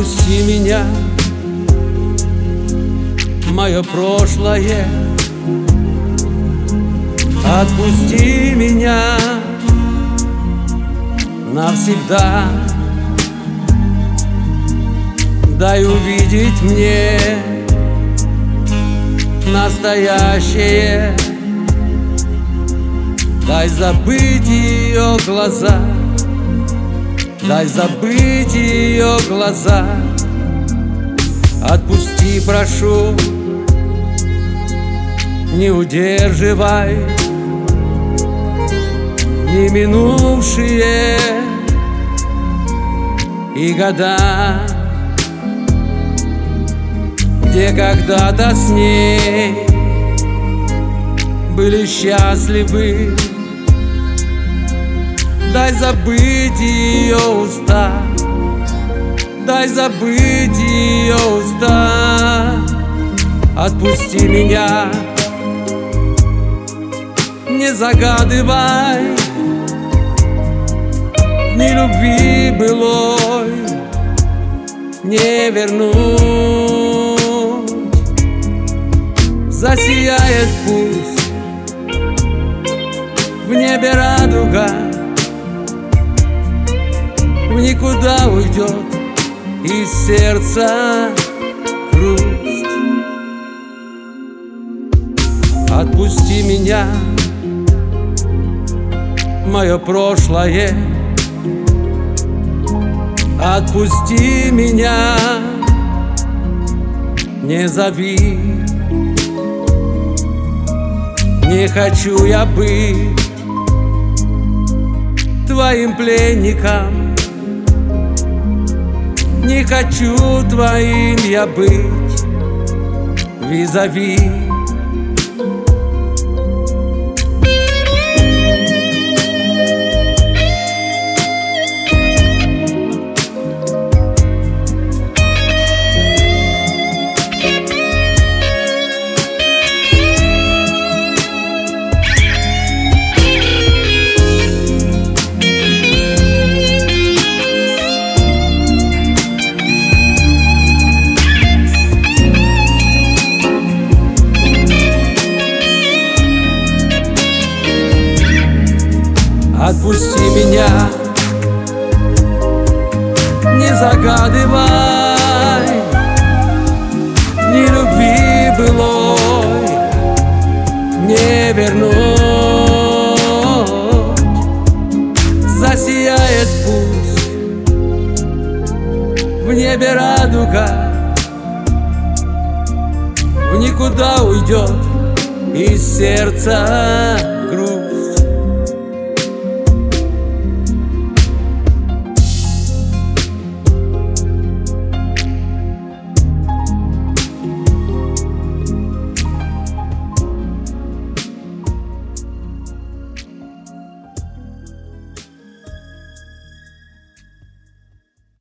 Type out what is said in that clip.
Отпусти меня, мое прошлое. Отпусти меня навсегда. Дай увидеть мне настоящее. Дай забыть ее глаза. Дай забыть ее глаза. Отпусти, прошу, не удерживай ни минувшие и года, где когда-то с ней были счастливы. Дай забыть ее уста. Дай забыть ее уста. Отпусти меня, не загадывай ни любви былой не вернуть. Засияет пусть в небе радуга, в никуда уйдет из сердца грусть. Отпусти меня, мое прошлое. Отпусти меня, не зови. Не хочу я быть твоим пленником. Не хочу твоим я быть визави. Отпусти меня, не загадывай ни любви былой не вернуть. Засияет пусть в небе радуга, в никуда уйдет из сердца грусть.